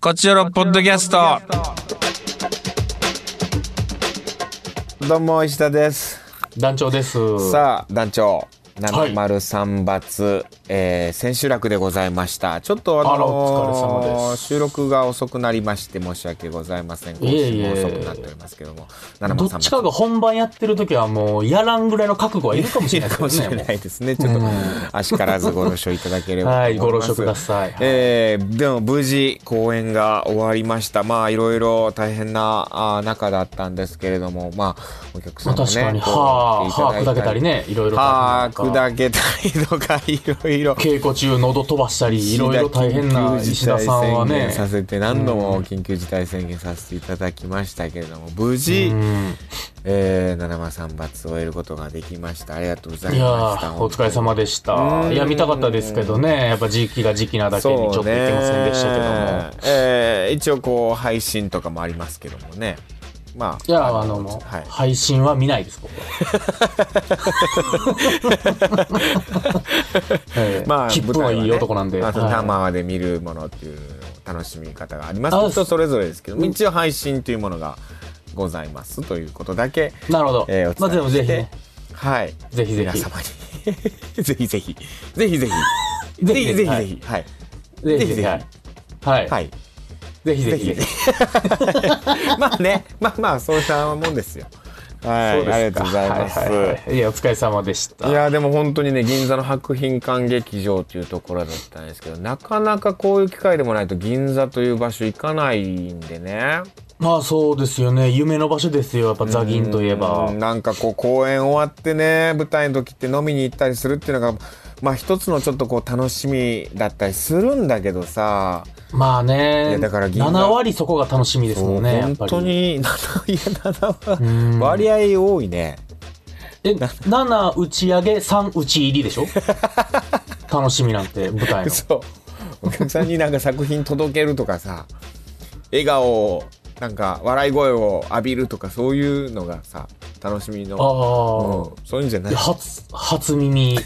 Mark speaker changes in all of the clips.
Speaker 1: こちらのポッドキャスト。どうも石田です。
Speaker 2: 団長です。
Speaker 1: さあ団長、703罰、千秋楽でございました。ちょっと
Speaker 2: お疲れ様です。
Speaker 1: 収録が遅くなりまして申し訳ございません。今週も遅くなっておりますけども、
Speaker 2: どっちかが本番やってる時はもうやらんぐらいの覚悟はいるかもしれないですね。
Speaker 1: ないですね。ちょっとあしからずご了承いただければと思います。
Speaker 2: はい、ご了承ください。
Speaker 1: でも無事公演が終わりました。まあいろいろ大変な中だったんですけれども、まあお客さんもね、
Speaker 2: 確かに歯砕けたりね、いろいろ
Speaker 1: 歯砕けたりとかいろいろ
Speaker 2: 稽古中喉飛ばしたりいろいろ大変な石田さんはね、
Speaker 1: させて何度も緊急事態宣言させていただきましたけれども、無事703罰を終えることができました。ありがとうございました。
Speaker 2: いやお疲れ様でした。いや見たかったですけどね、やっぱ時期が時期なだけにちょっといけませんでしたけども、
Speaker 1: 一応こう配信とかもありますけどもね。まあ、
Speaker 2: いやもう、はい、配信は見ないです僕は。まあ切符はいい男なんで、
Speaker 1: 生で見るものっていう楽しみ方があります人それぞれですけど、一応配信というものがございますということだけ、
Speaker 2: なるほど、
Speaker 1: お伝えして、
Speaker 2: まあでもぜひね、
Speaker 1: はい、
Speaker 2: ぜひぜひ
Speaker 1: 皆様にぜひぜひぜひぜひぜひぜひぜひはい
Speaker 2: ぜひぜひはいぜひぜひ
Speaker 1: まあね、まあそうしたもんですよ。はい、ありがとうございます。
Speaker 2: いやお疲れ様でした。
Speaker 1: いやでも本当にね、銀座の博品館劇場というところだったんですけど、なかなかこういう機会でもないと銀座という場所行かないんでね。
Speaker 2: まあそうですよね、夢の場所ですよ、やっぱザギンといえば。
Speaker 1: なんかこう公演終わってね、舞台の時って飲みに行ったりするっていうのがまあ一つのちょっとこう楽しみだったりするんだけどさ、
Speaker 2: まあね、
Speaker 1: いやだから
Speaker 2: 7割そこが楽しみですもんね。
Speaker 1: 本当に7割合多いね。
Speaker 2: 7打ち上げ3打ち入りでしょ楽しみなんて舞台の。
Speaker 1: そう、お客さんになんか作品届けるとかさ、笑顔をなんか笑い声を浴びるとか、そういうのがさ楽しみの、そういうんじゃない。
Speaker 2: 初耳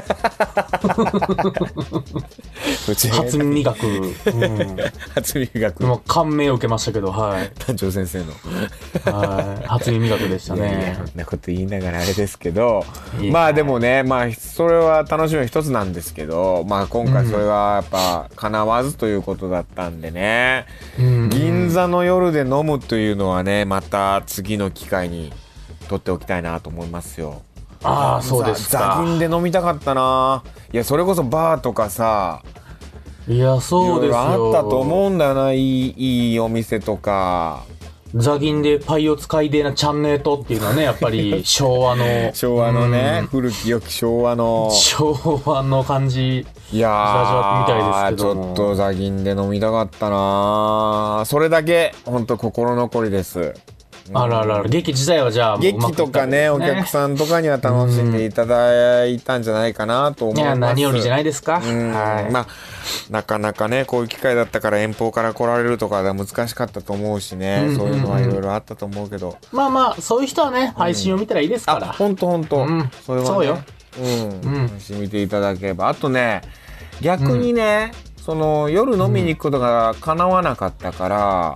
Speaker 2: 初耳学、
Speaker 1: 初耳学
Speaker 2: もう感銘を受けましたけど、はい、
Speaker 1: 団長先生の
Speaker 2: 初耳学でしたね。
Speaker 1: そんなこと言いながらあれですけど、まあでもね、まあそれは楽しみの一つなんですけど、まあ今回それはやっぱ叶わずということだったんでね、銀座の夜で飲むというのはね、また次の機会に取っておきたいなと思いますよ。
Speaker 2: ああそうですか。
Speaker 1: ザギンで飲みたかったな。いやそれこそバーとかさ、
Speaker 2: いやそうですよ、
Speaker 1: あったと思うんだよな、いいお店とか。
Speaker 2: ザギンでパイを使いでなチャンネートっていうのはね、やっぱり昭和の
Speaker 1: ね、古き良き昭和の
Speaker 2: 感じ、
Speaker 1: いやー
Speaker 2: みたいですけども、
Speaker 1: ちょっとザギンで飲みたかったな。それだけ本当心残りです。
Speaker 2: あららら、劇自体はじゃあもう
Speaker 1: 劇とかね、お客さんとかには楽しんでいただいたんじゃないかなと思います。いや
Speaker 2: 何よりじゃないですか。
Speaker 1: はい、まあなかなかねこういう機会だったから遠方から来られるとかは難しかったと思うしね、そういうのはいろいろあったと思うけど、
Speaker 2: まあそういう人はね、配信を見たらいいですから。
Speaker 1: 本当それはね、
Speaker 2: そうよ、
Speaker 1: 配信見ていただければ。あとね、逆にね、その夜飲みに行くことが叶わなかったから、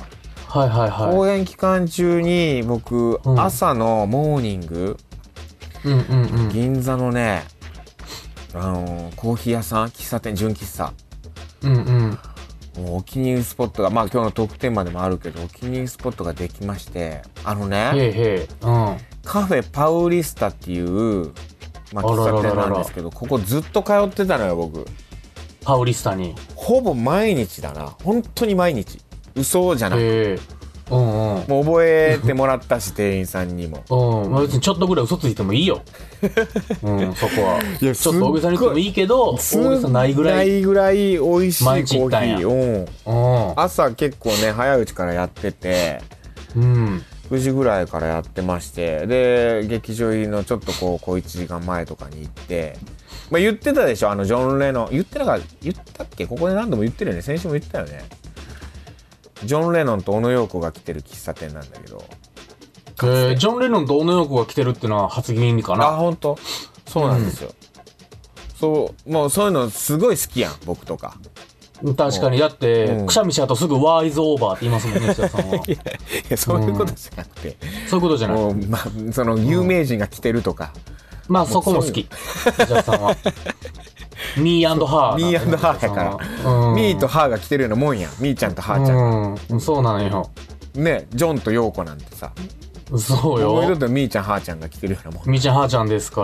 Speaker 1: 公演期間中に僕、朝のモーニング、銀座のね、コーヒー屋さん、喫茶店、純喫茶、もうお気に入りスポットが、まあ今日のトークテーマでもあるけど、お気に入りスポットができまして、カフェパウリスタっていう、まあ、喫茶店なんですけど、ここずっと通ってたのよ僕。
Speaker 2: パウリスタに
Speaker 1: ほぼ毎日だな、本当に毎日、嘘じゃなく、もう覚えてもらったし店員さんにも、
Speaker 2: まあ、別にちょっとぐらい嘘ついてもいいよそこは。いやちょっと大げさに言ってもいいけど、大げさないぐらい
Speaker 1: 美味しいコーヒー、朝結構ね早いうちからやってて、9時ぐらいからやってまして、で劇場入りのちょっとこう小1時間前とかに行って、まあ、言ってたでしょ、ジョン・レノン言ったっけ、ここで何度も言ってるよね、先週も言ったよね。ジョン・レノンと小野陽子が来てる喫茶店なんだけど、
Speaker 2: ジョン・レノンと小野陽子が来てるっていうのは初耳かな。
Speaker 1: あ、本当。そうなんですよ、そう、もうそういうのすごい好きやん僕とか。
Speaker 2: 確かに。だって、くしゃみしちゃうとすぐワーイズオーバーって言いますもんね、石田さんは。
Speaker 1: いや、そういうことじゃなくて。
Speaker 2: そういうことじゃない。
Speaker 1: まあ、その、有名人が来てるとか。
Speaker 2: まあ、そこも好き。石田さんは。ミー&ハー。
Speaker 1: ミー&ハーやから。ミーとハーが来てるようなもんや。ミーちゃんとハーち
Speaker 2: ゃん。そうなのよ。
Speaker 1: ね、ジョンとヨーコなんてさ。
Speaker 2: そうよ。
Speaker 1: 俺だとミーちゃん、ハーちゃんが来てるようなもん。
Speaker 2: ミーちゃん、ハーちゃんですから。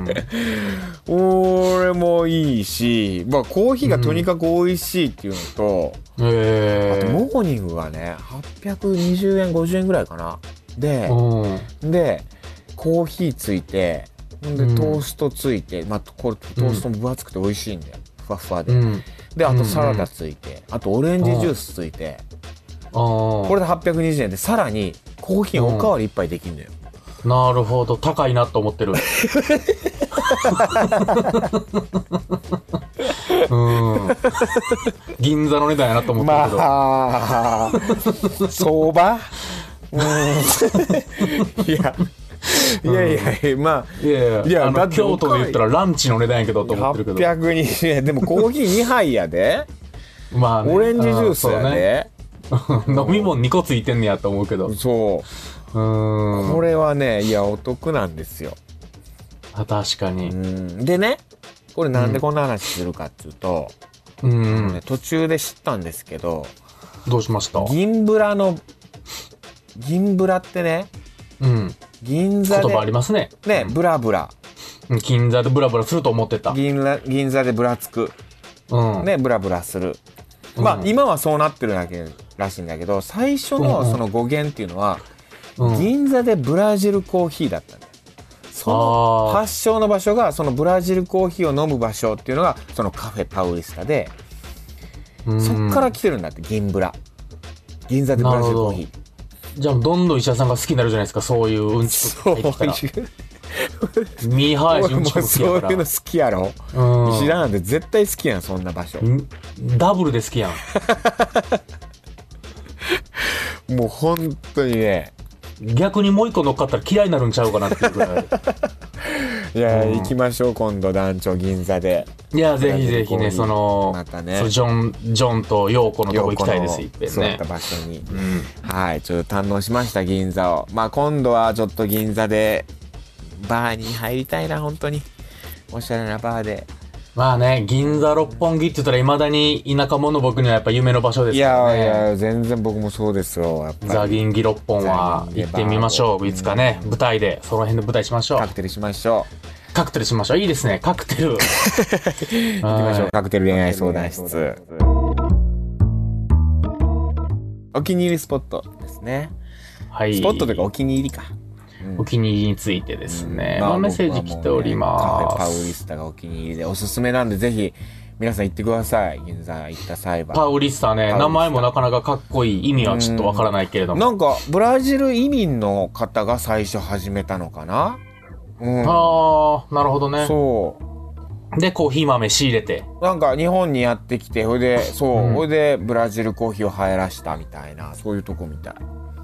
Speaker 1: 俺もいいし、まあ、コーヒーがとにかく美味しいっていうのと、あと、モーニングがね、820円、50円ぐらいかな。で、コーヒーついて、で、トーストついて、まあ、これ、トーストも分厚くて美味しいんだよ。ふわふわで。で、あとサラダついて、あとオレンジジュースついて、これで820円で、さらにコーヒーおかわり一杯できるんだよ。
Speaker 2: なるほど、高いなと思ってる。銀座の値段やなと思ってるけど。
Speaker 1: まあ、相場いや、まあ、
Speaker 2: いや、だって京都で言ったらランチの値段やけどと思ってるけど。
Speaker 1: 820円。でもコーヒー2杯やで。
Speaker 2: まあね、
Speaker 1: オレンジジュースやで。
Speaker 2: 飲み物2個ついてんねやと思うけど。
Speaker 1: そう。これはね、いや、お得なんですよ。
Speaker 2: 確かに。
Speaker 1: でね、これなんでこんな話するかっていうと、途中で知ったんですけど、
Speaker 2: どうしました？
Speaker 1: 銀ブラってね、銀座で
Speaker 2: 言葉ありますね。
Speaker 1: ね、ブラブラ。
Speaker 2: 銀座でブラブラすると思ってた。
Speaker 1: 銀座でブラつく。ね、ブラブラする。まあ、今はそうなってるだけらしいんだけど、最初のその語源っていうのは、銀座でブラジルコーヒーだったんだよ。その発祥の場所が、そのブラジルコーヒーを飲む場所っていうのが、そのカフェパウリスタで、そっから来てるんだって、銀ブラ。銀座でブラジルコーヒー。
Speaker 2: じゃあ、どんどん石田さんが好きになるじゃないですか、そういううんちとか入ってきたら。ミーハーやし、うんちとか好きやから。
Speaker 1: そういうの好きやろ。石田なんて絶対好きやん、そんな場所。
Speaker 2: ダブルで好きや
Speaker 1: ん。もう本当にね。
Speaker 2: 逆にもう一個乗っかったら嫌いになるんちゃうかなっていうぐらい。
Speaker 1: いや、行きましょう、今度団長銀座で。
Speaker 2: いや、ぜひぜひね、その、
Speaker 1: またね、
Speaker 2: ジョンとヨーコのとこ行きたいです、いっぺんね。
Speaker 1: そういった場所に。はい、ちょっと堪能しました、銀座を。まあ今度はちょっと銀座で、バーに入りたいな、本当に。おしゃれなバーで。
Speaker 2: まあね、銀座六本木って言ったら未だに田舎者僕にはやっぱ夢の場所ですからね。
Speaker 1: いや、全然僕もそうですよ。やっぱり
Speaker 2: ザ・銀ギ六本は行ってみましょう。いつかね、舞台で、その辺で舞台しましょう。
Speaker 1: カクテルしましょ
Speaker 2: う。カクテルしましょう。いいですね、カクテル。行
Speaker 1: きましょう。カクテル恋愛相談室。お気に入りスポットですね。はい。スポットというかお気に入りか。
Speaker 2: お気に入りについてですね。メッセージ来ております。
Speaker 1: カフェパウリスタがお気に入りでおすすめなんで、ぜひ皆さん行ってください。銀座行った際は。
Speaker 2: パウリスタね、名前もなかなかかっこいい。意味はちょっとわからないけれども。
Speaker 1: なんか、ブラジル移民の方が最初始めたのかな？
Speaker 2: ああ、なるほどね。
Speaker 1: そう。
Speaker 2: で、コーヒー豆仕入れて。
Speaker 1: なんか日本にやってきて、ほいで、ほいでブラジルコーヒーを流行らしたみたいな、そういうとこみたい。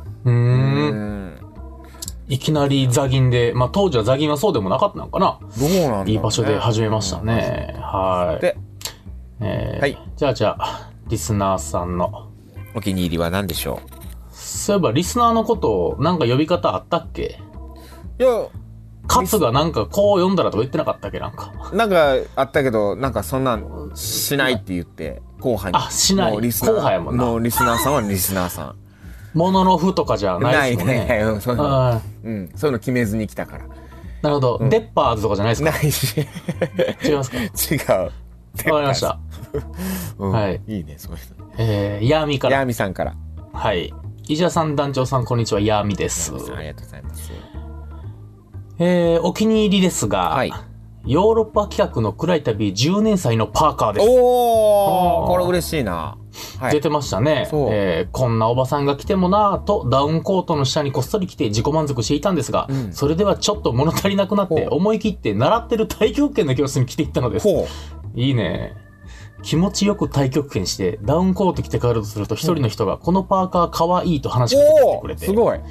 Speaker 2: いきなりザギンで、まあ当時はザギンはそうでもなかったのかな。
Speaker 1: どうなんだろうね。
Speaker 2: いい場所で始めましたね。はい。で、
Speaker 1: はい。
Speaker 2: じゃあ、リスナーさんの
Speaker 1: お気に入りは何でしょう？
Speaker 2: そういえばリスナーのことなんか呼び方あったっけ？
Speaker 1: いや、
Speaker 2: カツがなんかこう読んだらとか言ってなかったっけ？なんか
Speaker 1: あったけど、なんかそんなんしないって言って、後輩に。
Speaker 2: あ、しない。後輩やもんな。
Speaker 1: もうリスナーさんはリスナーさん。
Speaker 2: もののふとかじゃないですもんね。
Speaker 1: ない、そういうの決めずに来たから。
Speaker 2: なるほど。デッパーズとかじゃないですか？
Speaker 1: ないし。
Speaker 2: 違いますか？
Speaker 1: 違う。
Speaker 2: わかりました。はい。
Speaker 1: いいね、そういう
Speaker 2: の。ヤーミから。
Speaker 1: ヤーミさんから。
Speaker 2: はい。石田さん、団長さん、こんにちは。ヤーミです。
Speaker 1: ありがとうございます。
Speaker 2: お気に入りですが、はい、ヨーロッパ企画の暗い旅10年祭のパーカーです。
Speaker 1: おー、これ嬉しいな。
Speaker 2: はい、出てましたね。こんなおばさんが来てもなぁとダウンコートの下にこっそり来て自己満足していたんですが、それではちょっと物足りなくなって思い切って習ってる太極拳の教室に来ていったのです。いいね。気持ちよく太極拳してダウンコート着て帰るとすると一人の人がこのパーカーかわいいと話しかけてくれて。
Speaker 1: すごい。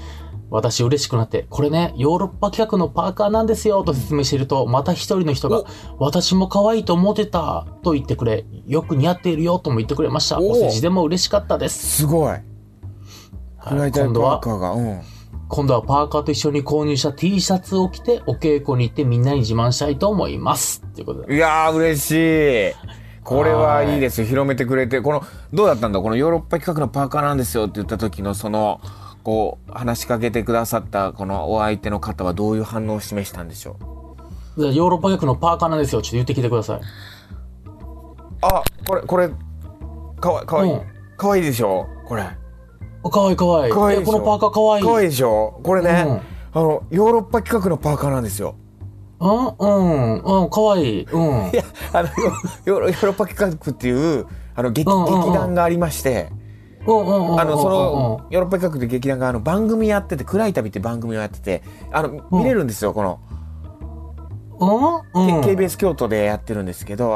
Speaker 2: 私嬉しくなって、これね、ヨーロッパ企画のパーカーなんですよと説明していると、また一人の人が、私も可愛いと思ってたと言ってくれ、よく似合っているよとも言ってくれました。お世辞でも嬉しかったです。
Speaker 1: すごい。はい、今度はパ
Speaker 2: ーカーと一緒に購入した T シャツを着て、お稽古に行ってみんなに自慢したいと思います。ということで。
Speaker 1: いやー、嬉しい。これはいいですよ。広めてくれて。どうだったんだこのヨーロッパ企画のパーカーなんですよって言った時の話しかけてくださったこのお相手の方はどういう反応を示したんでしょ
Speaker 2: う。ヨーロッパ企画のパーカーなんですよ。ちょっと言ってきてください。
Speaker 1: あ、これ、かわいいでしょこれ。
Speaker 2: かわいい。このパーカーかわいい。
Speaker 1: かわいいでしょこれね、ヨーロッパ企画のパーカーなんですよ。
Speaker 2: かわいい。
Speaker 1: いや、ヨーロッパ企画っていう、劇団がありまして、ヨーロッパ企画って劇団が番組やってて、暗い旅って番組をやってて、見れるんですよ、KBS 京都でやってるんですけど、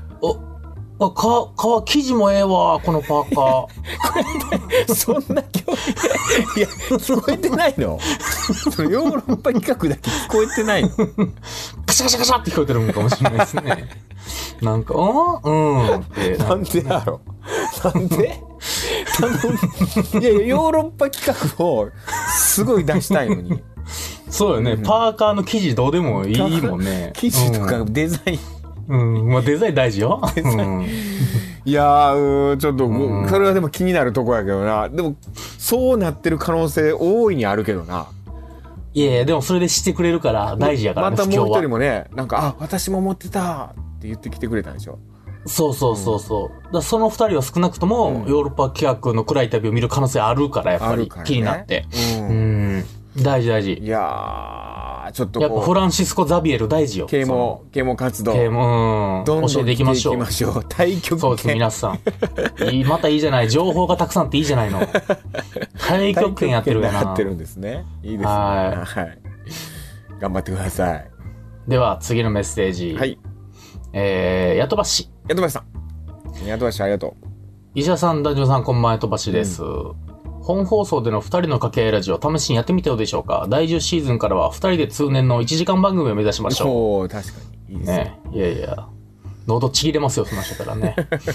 Speaker 2: 生地もええわ、このパーカー。こ
Speaker 1: れそんな興味いや、聞こえてないのそのヨーロッパ企画だけ聞こえてないの
Speaker 2: カシャカシャカシャって聞こえてるのかもしれないですね。なんか、って
Speaker 1: なんでやろなんでいやいや、ヨーロッパ企画をすごい出したいのに。
Speaker 2: そうよね、パーカーの生地どうでもいいもんね。
Speaker 1: 生地とかデザイン、
Speaker 2: まあデザイン大事よ。
Speaker 1: いやー、ちょっと、それはでも気になるとこやけどな。でも、そうなってる可能性大いにあるけどな。
Speaker 2: いやいや、でもそれでしてくれるから大事やからね。
Speaker 1: またもう一人もね、なんか、私も思ってたって言ってきてくれたんでしょ。
Speaker 2: そう。だその二人は少なくとも、ヨーロッパ企画の暗い旅を見る可能性あるから、やっぱり気になって。大事。
Speaker 1: いやー、ちょっと
Speaker 2: やっぱフランシスコ・ザビエル大事よ。
Speaker 1: 啓蒙活動。
Speaker 2: どんどん教えていきましょう。
Speaker 1: 太極拳。
Speaker 2: そうです、皆さん。またいいじゃない。情報がたくさんあっていいじゃないの。太極拳やってるやな。
Speaker 1: やってるんですね。いいですね。はい。頑張ってください。
Speaker 2: では、次のメッセージ。
Speaker 1: はい。
Speaker 2: やとばし。
Speaker 1: やとばしさん。やとばしありがとう。
Speaker 2: 石田さん、男女さん、こんばんは、やとばしです。本放送での二人の掛け合いラジオ、試しにやってみてどうでしょうか。第10シーズンからは二人で通年の1時間番組を目指しましょう。
Speaker 1: おー、確かに。いいですね。
Speaker 2: いや。喉ちぎれますよ、その人からね。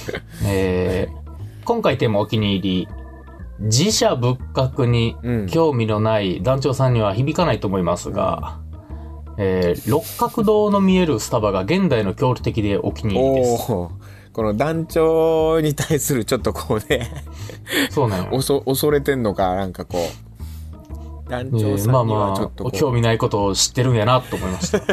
Speaker 2: 今回テーマお気に入り。自社仏閣に興味のない団長さんには響かないと思いますが、六角堂の見えるスタバが現代の強敵でお気に入りです。
Speaker 1: この団長に対するちょっとね
Speaker 2: そうなの
Speaker 1: 恐れてんのか、なんか団長さんにはちょっと
Speaker 2: 興味ないことを知ってるんやなと思いました。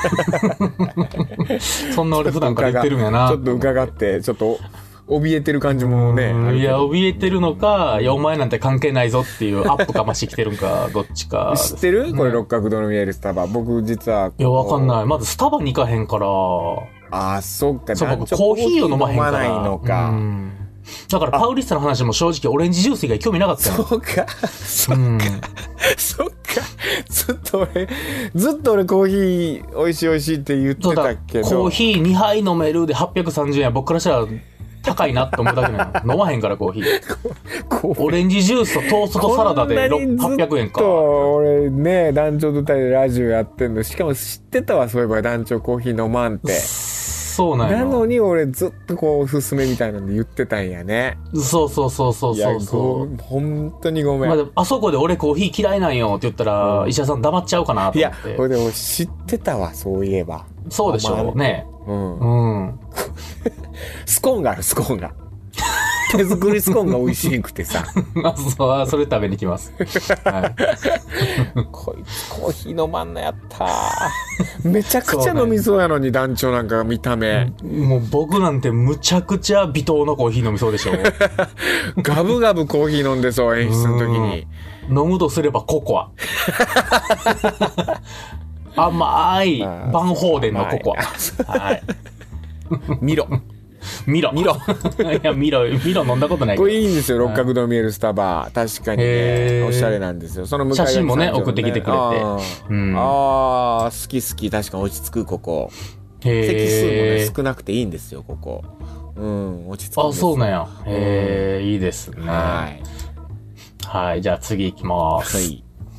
Speaker 2: そんな俺普段から言ってるんやな。
Speaker 1: ちょっと伺って、ちょっと怯えてる感じもね。
Speaker 2: いや、怯えてるのか、いや、お前なんて関係ないぞっていうアップかましてきてるんか、どっちか、
Speaker 1: 知ってるこれ六角堂の見えるスタバ。僕実は。
Speaker 2: いや、わかんない。まずスタバに行かへんから。
Speaker 1: そっか。
Speaker 2: そう、僕コーヒーを飲まへんから。
Speaker 1: ないのか。
Speaker 2: だからパウリスタの話も正直オレンジジュース以外興味なかったよ。
Speaker 1: そうか。そっか。ずっと俺コーヒー美味しいって言ってたけど。
Speaker 2: コーヒー2杯飲めるで830円。僕からしたら高いなって思うだけなの。飲まへんからコーヒー。オレンジジュースとトーストとサラダで800円か。
Speaker 1: 俺ね、団長と二人でラジオやってんの。しかも知ってたわ、そういえば団長コーヒー飲まんって。
Speaker 2: そうなんや。
Speaker 1: なのに俺ずっとおすすめみたいなんで言ってたんやね。
Speaker 2: そう。
Speaker 1: いや、本当にごめん。
Speaker 2: あそこで俺コーヒー嫌いなんよって言ったら、石田さん黙っちゃうかなと思って。
Speaker 1: いや、これでも知ってたわ、そういえば。
Speaker 2: そうでしょうね。
Speaker 1: スコーンがある、スコーンが。手作りスコーンが美味しくてさ。
Speaker 2: それ食べに来ます。
Speaker 1: こいつコーヒー飲まんのやっためちゃくちゃ飲みそうやのに、団長なんか見た目。
Speaker 2: もう僕なんてむちゃくちゃ微糖のコーヒー飲みそうでしょ。
Speaker 1: ガブガブコーヒー飲んでそう、演出の時に。
Speaker 2: 飲むとすればココア。甘いバンホーデンのココア。はい。
Speaker 1: ミロ。
Speaker 2: いや、ミロ飲んだことないけど。
Speaker 1: これいいんですよ、六角堂見えるスタバ。確かにね、おしゃれなんですよ。その向かい
Speaker 2: 写真もね、送ってきてくれて。
Speaker 1: 好き。確かに落ち着く、ここ。席数もね、少なくていいんですよ、ここ。落ち着くんです。
Speaker 2: そうなんや。いいですね。はい、じゃあ次行きます。はい。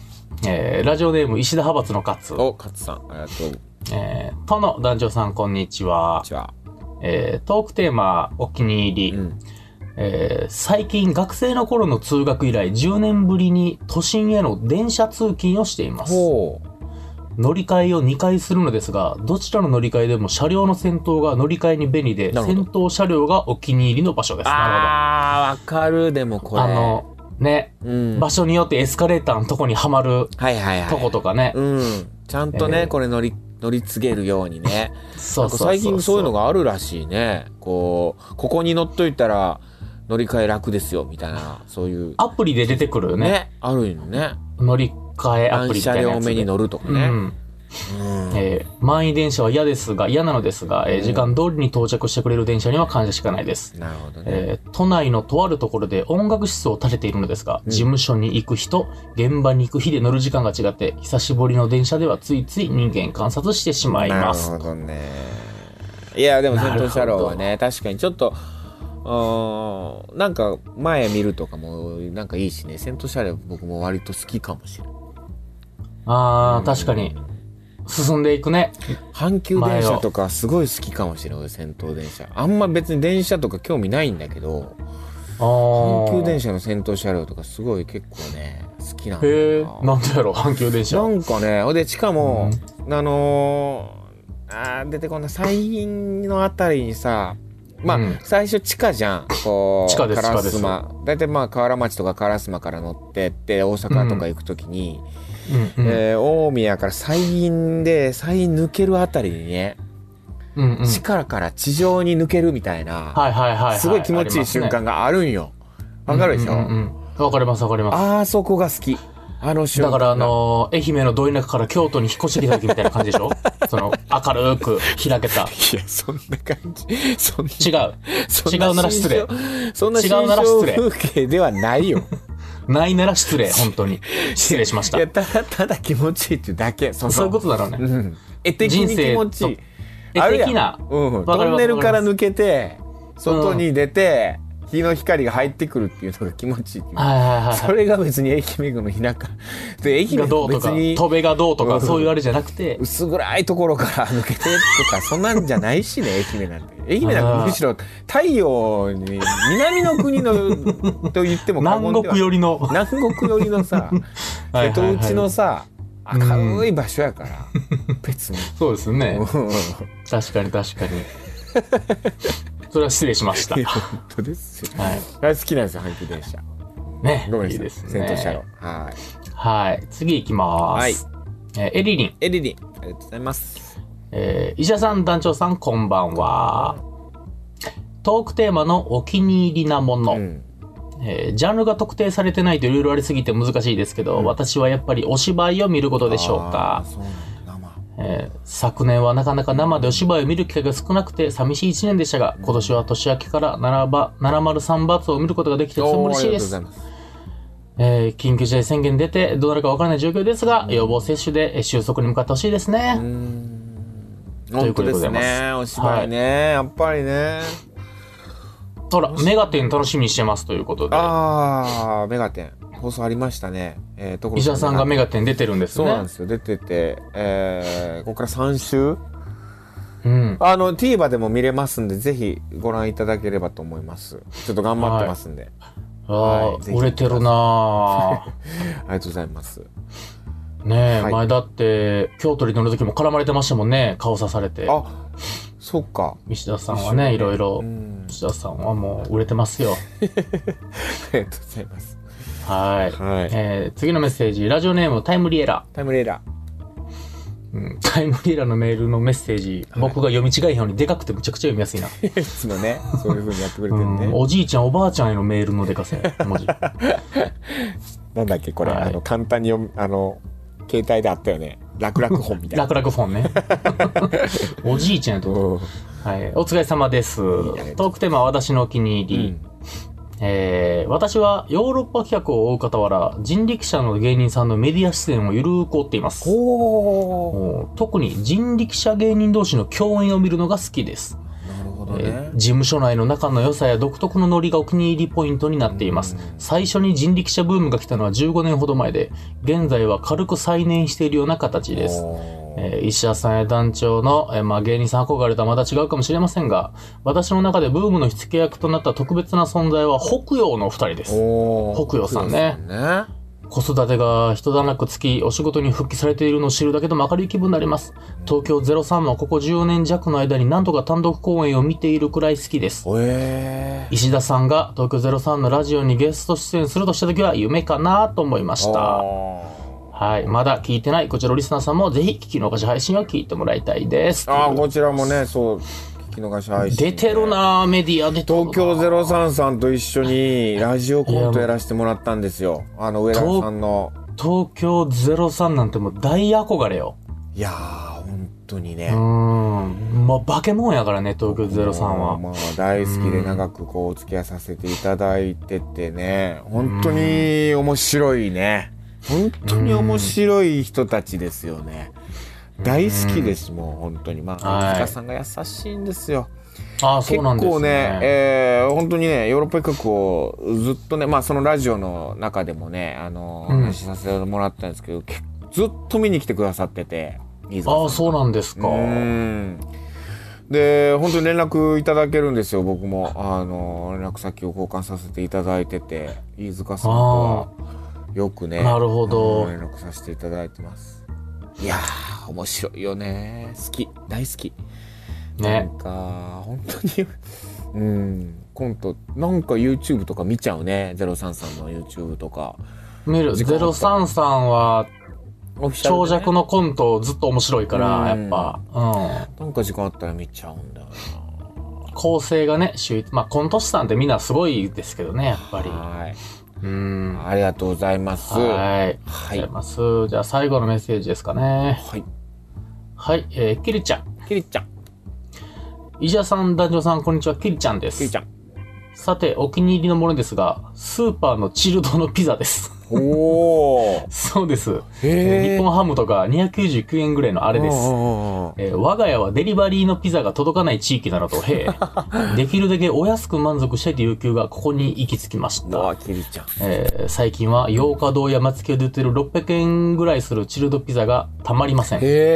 Speaker 2: ラジオネーム石田派閥の勝。
Speaker 1: 勝さん、ありがとう。
Speaker 2: 殿団長さん、こんにちは。
Speaker 1: こんにちは。
Speaker 2: トークテーマ、お気に入り。最近学生の頃の通学以来10年ぶりに都心への電車通勤をしています。乗り換えを2回するのですが、どちらの乗り換えでも車両の先頭が乗り換えに便利で、先頭車両がお気に入りの場所です。
Speaker 1: わかる。でもこれ
Speaker 2: 場所によってエスカレーターのとこにはまるとことかね、
Speaker 1: ちゃんとね、これ乗り継げるようにね。
Speaker 2: そう
Speaker 1: 最近そういうのがあるらしいね。ここに乗っといたら乗り換え楽ですよみたいな、そういう
Speaker 2: アプリで出てくるよね。
Speaker 1: あるよね。
Speaker 2: 乗り換えアプリみたいなやつで。
Speaker 1: 何車両目に乗るとかね。
Speaker 2: 満員電車は嫌なのですが、時間通りに到着してくれる電車には感謝しかないです。
Speaker 1: なるほどね。
Speaker 2: 都内のとあるところで音楽室を建てているのですが、事務所に行く日と現場に行く日で乗る時間が違って、久しぶりの電車ではついつい人間観察してしまいます。
Speaker 1: なるほどね。いやでも先頭車両はね、確かにちょっとなんか前見るとかもなんかいいしね。先頭車両僕も割と好きかもしれない。
Speaker 2: 確かに進んでいくね。
Speaker 1: 阪急電車とかすごい好きかもしれない。先頭電車あんま別に電車とか興味ないんだけど、阪急電車の先頭車両とかすごい結構ね好きなんだよな。
Speaker 2: なんでやろ阪急電車。
Speaker 1: なんかね、でしかも、出てこない山陰のあたりにさ、最初地下じゃん。こう
Speaker 2: 地下です。
Speaker 1: だいたい河原町とか烏丸から乗ってって大阪とか行くときに、大宮から山陰抜けるあたりにね、地下から地上に抜けるみたいな、すごい気持ちいい瞬間があるんよ。わかるでしょ？
Speaker 2: わかります。
Speaker 1: あそこが好き。あの瞬間。
Speaker 2: だから愛媛のど田舎から京都に引っ越してきた時みたいな感じでしょ？その明るく開けた。い
Speaker 1: や、そんな感じ。
Speaker 2: 違うなら失礼。
Speaker 1: そんな新象風景ではないよ。
Speaker 2: ないなら失礼、本当に。失礼しました。
Speaker 1: いや、ただ気持ちいいっていうだけ。
Speaker 2: そういうことだろうね。
Speaker 1: 絵的に気持ちいい。
Speaker 2: 絵的な。
Speaker 1: トンネルから抜けて、外に出て、日の光が入ってくるっていうのが気持ちいい。それが別に愛媛の田舎で、愛媛がどうとか
Speaker 2: 戸部がどうとかそういうあれじゃなくて、
Speaker 1: 薄暗いところから抜けてとかそんなんじゃないしね。愛媛なんてむしろ太陽に南の国のと言っても過言では
Speaker 2: 南国寄りの
Speaker 1: さ瀬戸内のさ明るい場所やから別に
Speaker 2: そうですね。確かにそれは失礼しました。
Speaker 1: 本当ですよ。好きなんですよ阪急電車
Speaker 2: ね。
Speaker 1: ごめんなさい。
Speaker 2: いいですね。
Speaker 1: 先頭車両。
Speaker 2: はい。次行きます。エリリン。
Speaker 1: ありがとうございます。
Speaker 2: 医者さん、団長さん、こんばんは。トークテーマのお気に入りなもの。ジャンルが特定されてないといろいろありすぎて難しいですけど、私はやっぱりお芝居を見ることでしょうか。昨年はなかなか生でお芝居を見る機会が少なくて寂しい1年でしたが、今年は年明けから703バツを見ることができてとても嬉しいです。緊急事態宣言出てどうなるか分からない状況ですが、予防接種で収束に向かってほしいですね。
Speaker 1: 本当ですね。お芝居ね、やっぱりね。
Speaker 2: ほら、メガテン楽しみにしてますということで。
Speaker 1: メガテン放送ありましたね。
Speaker 2: 医者さんがメガテン出てるんですね。
Speaker 1: そうなんですよ。出てて、ここから3週、TVer でも見れますんで、ぜひご覧いただければと思います。ちょっと頑張ってますんで。
Speaker 2: 売れてるな
Speaker 1: ありがとうございます。
Speaker 2: ねえ、前だって京都に乗る時も絡まれてましたもんね。顔刺されて。
Speaker 1: そっか。
Speaker 2: 石田さんはね、いろいろ。石田さんはもう売れてますよ。
Speaker 1: ありがとうございます。
Speaker 2: 次のメッセージ、ラジオネームタイムリエラー。
Speaker 1: タイムリエラ
Speaker 2: ーのメールのメッセージ、僕が読み違いようにでかくてむちゃくちゃ読みやすいな。
Speaker 1: いつもね、そういう風にやってくれてるね。
Speaker 2: おじいちゃんおばあちゃんへのメールのでかさ文字。
Speaker 1: なんだっけこれ、簡単に携帯であったよね。楽々本みたいな。
Speaker 2: 楽々本ね。おじいちゃんやと。お疲れ様です。トークテーマは私のお気に入り。私はヨーロッパ企画を追う傍ら、人力車の芸人さんのメディア出演をゆるく追っています。特に人力車芸人同士の共演を見るのが好きです。 事務所内の仲の良さや独特のノリがお気に入りポイントになっています。最初に人力車ブームが来たのは15年ほど前で、現在は軽く再燃しているような形です。石田さんや団長の、芸人さん憧れとはまた違うかもしれませんが、私の中でブームの火付け役となった特別な存在は北陽のお二人です。北陽さんね。子育てが一段落つき、お仕事に復帰されているのを知るだけでも明るい気分になります。東京03もここ14年弱の間に何度か単独公演を見ているくらい好きです。石田さんが東京03のラジオにゲスト出演するとした時は夢かなと思いました。はい。まだ聞いてないこちらのリスナーさんもぜひ聞き逃し配信を聞いてもらいたいです。
Speaker 1: こちらもね、そう。聞き逃し配信
Speaker 2: 出てるな、メディア出てるな。
Speaker 1: 東京03さんと一緒にラジオコントやらせてもらったんですよ。上田さんの。
Speaker 2: 東京03なんてもう大憧れよ。
Speaker 1: いやー、本当にね。
Speaker 2: まあ、化け物やからね、東京03は。
Speaker 1: まあ、大好きで長くこう、お付き合いさせていただいててね。本当に面白いね。本当に面白い人たちですよね。大好きです、もう本当に。まあ、塚さんが優しいんですよ。
Speaker 2: そうなんですね。結構
Speaker 1: ね、本当にね、ヨーロッパ企画をずっとね、まあそのラジオの中でもね、話しさせてもらったんですけど、ずっと見に来てくださってて、
Speaker 2: そうなんですか。
Speaker 1: で、本当に連絡いただけるんですよ、僕も。連絡先を交換させていただいてて、飯塚さんとはよくね、
Speaker 2: なるほど。
Speaker 1: 連絡させていただいてます。いやー、面白いよね。好き。大好き。
Speaker 2: ね。
Speaker 1: なんか、本当に、コント、なんか YouTube とか見ちゃうね。03さんの YouTube とか。
Speaker 2: 見る。03さんは、長尺のコントずっと面白いから、やっぱ。
Speaker 1: なんか時間あったら見ちゃうんだよな。
Speaker 2: 構成がね、まあ、コント師さんってみんなすごいですけどね、やっぱり。
Speaker 1: ありがとうございます。
Speaker 2: はい。ありがとうございます。じゃあ最後のメッセージですかね。はい。キリちゃん。石田さん、団長さん、こんにちは。キリちゃんです。
Speaker 1: キリちゃん。
Speaker 2: さて、お気に入りのものですが、スーパーのチルドのピザです。そうです。日本ハムとか299円ぐらいのあれです。我が家はデリバリーのピザが届かない地域なのと、できるだけお安く満足したいという要求がここに行き着きました。最近は洋華堂や松木で売ってる600円ぐらいするチルドピザがたまりません。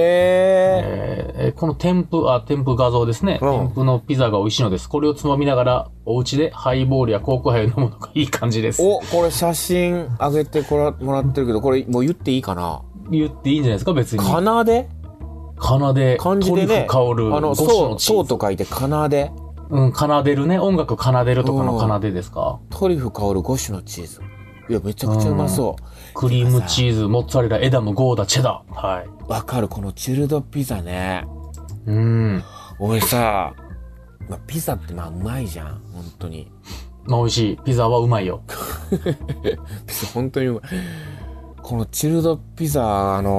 Speaker 2: この添付画像ですね。添付のピザが美味しいのです。これをつまみながら、お家でハイボールやコークハイを飲むのがいい感じです。
Speaker 1: これ写真あげてもらってるけど、これもう言っていいかな？
Speaker 2: 言っていいんじゃないですか、別に。
Speaker 1: かなで
Speaker 2: 漢字でね、トリュフ香る。
Speaker 1: そうと書いてかなで。
Speaker 2: 奏でるね。音楽奏でるとかの奏でですか？
Speaker 1: トリュフ香る5種のチーズ。いや、めちゃくちゃうまそう。
Speaker 2: クリームチーズ、モッツァレラ、エダム、ゴーダ、チェダー。はい。
Speaker 1: わかる、このチルドピザね。俺さ、ピザってうまいじゃん、本当に。
Speaker 2: 美味しい。ピザはうまいよ。
Speaker 1: ピザ本当にうまい。このチルドピザ、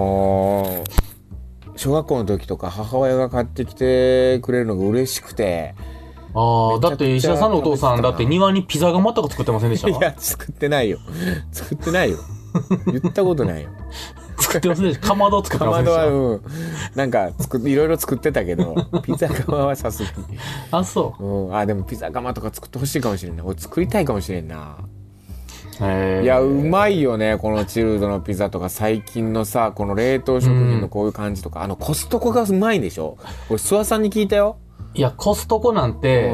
Speaker 1: 小学校の時とか母親が買ってきてくれるのが嬉しくて。
Speaker 2: だって石田さんのお父さん、だって庭にピザ窯とか作ってませんでした？
Speaker 1: いや、作ってないよ。言ったことないよ。
Speaker 2: 作ってませんでした？かまど作ってませんでした？
Speaker 1: かまどは、なんかいろいろ作ってたけど、ピザ窯はさすがに。
Speaker 2: そう。
Speaker 1: でもピザ窯とか作ってほしいかもしれんな。俺作りたいかもしれんな。いや、うまいよね、このチルドのピザとか、最近のさ、この冷凍食品のこういう感じとか、コストコがうまいんでしょ？俺、諏訪さんに聞いたよ。
Speaker 2: いや、コストコなんて、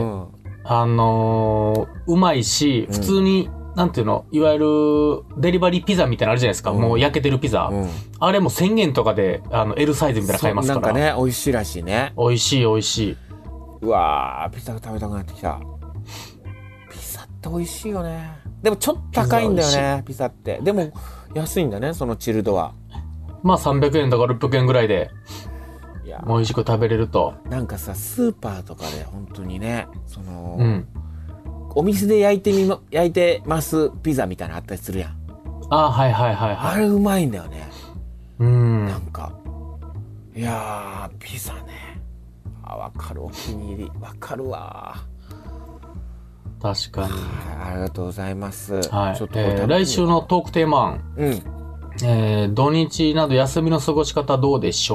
Speaker 2: うまいし、普通に、なんていうの、いわゆるデリバリーピザみたいなのあるじゃないですか。もう焼けてるピザ。あれも1000円とかで、L サイズみたいなの買えますから。
Speaker 1: なんかね、美味しいらしいね。
Speaker 2: 美味しい。
Speaker 1: うわー、ピザが食べたくなってきた。ピザって美味しいよね。でもちょっと高いんだよね、ピザって。でも安いんだね、そのチルドは。
Speaker 2: まあ300円とか600円ぐらいで。美味しく食べれると。
Speaker 1: なんかさ、スーパーとかで本当にね、お店で焼いてますピザみたいなのあったりするやん。
Speaker 2: はい。
Speaker 1: あれうまいんだよね。なんか。いやー、ピザね。わかる、お気に入り。わかるわ。
Speaker 2: 確かに。
Speaker 1: ありがとうございます。
Speaker 2: はい。ちょっと来週のトークテーマ案。土日など休みの過ごし方どうでしょう？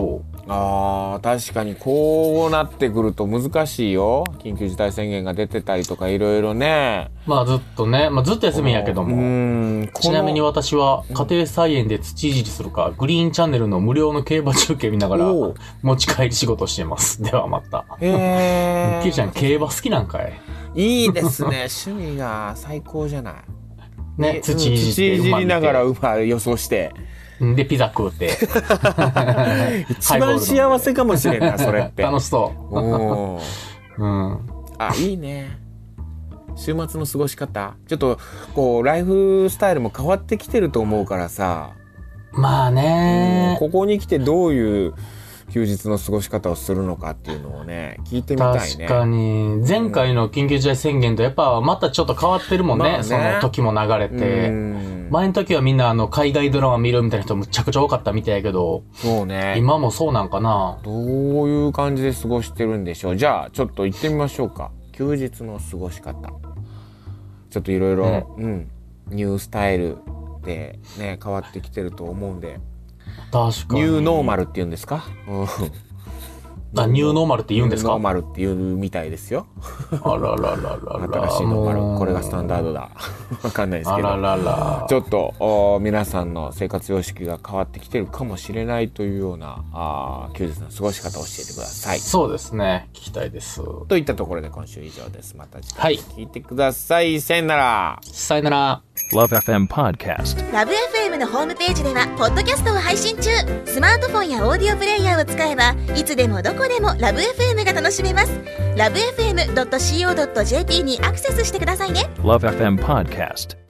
Speaker 1: 確かにこうなってくると難しいよ。緊急事態宣言が出てたりとかいろいろね。
Speaker 2: ずっとね、ずっと休みやけども。ちなみに私は家庭菜園で土いじりするか、グリーンチャンネルの無料の競馬中継見ながら持ち帰り仕事してます。ではまた。キーちゃん競馬好きなんかい？
Speaker 1: いいですね。趣味が最高じゃない。
Speaker 2: ね、土いじ
Speaker 1: りながら馬予想して。
Speaker 2: で、ピザ食うて。
Speaker 1: 一番幸せかもしれんな、それって。
Speaker 2: 楽しそう。
Speaker 1: いいね。週末の過ごし方。ちょっと、ライフスタイルも変わってきてると思うからさ。
Speaker 2: まあね、
Speaker 1: ここに来てどういう休日の過ごし方をするのかっていうのをね、聞いてみたいね。
Speaker 2: 確かに。前回の緊急事態宣言とやっぱまたちょっと変わってるもんね。その時も流れて。前の時はみんな海外ドラマ見るみたいな人むちゃくちゃ多かったみたいやけど。
Speaker 1: そうね。
Speaker 2: 今もそうなんかな。
Speaker 1: どういう感じで過ごしてるんでしょう。じゃあ、ちょっと行ってみましょうか。休日の過ごし方。ちょっといろいろ、ニュースタイルでね、変わってきてると思うんで。
Speaker 2: 確かに。
Speaker 1: ニューノーマルって言うんですか？
Speaker 2: ニューノーマルって言うんですか？
Speaker 1: ニューノーマルって言うみたいですよ。
Speaker 2: あらららら。
Speaker 1: 新しいノーマル。これがスタンダードだ。わかんないですけど。ちょっと皆さんの生活様式が変わってきてるかもしれないというような休日の過ごし方を教えてください。
Speaker 2: そうですね。聞きたいです。
Speaker 1: といったところで今週以上です。また次回聞いてください。さよなら。
Speaker 2: さよなら。
Speaker 3: LoveFM Podcast。
Speaker 4: LoveFM のホームページではポッドキャストを配信中。スマートフォンやオーディオプレイヤーを使えばいつでもどこでも LoveFM が楽しめます。LoveFM.co.jp にアクセスしてくださいね。
Speaker 3: LoveFM Podcast。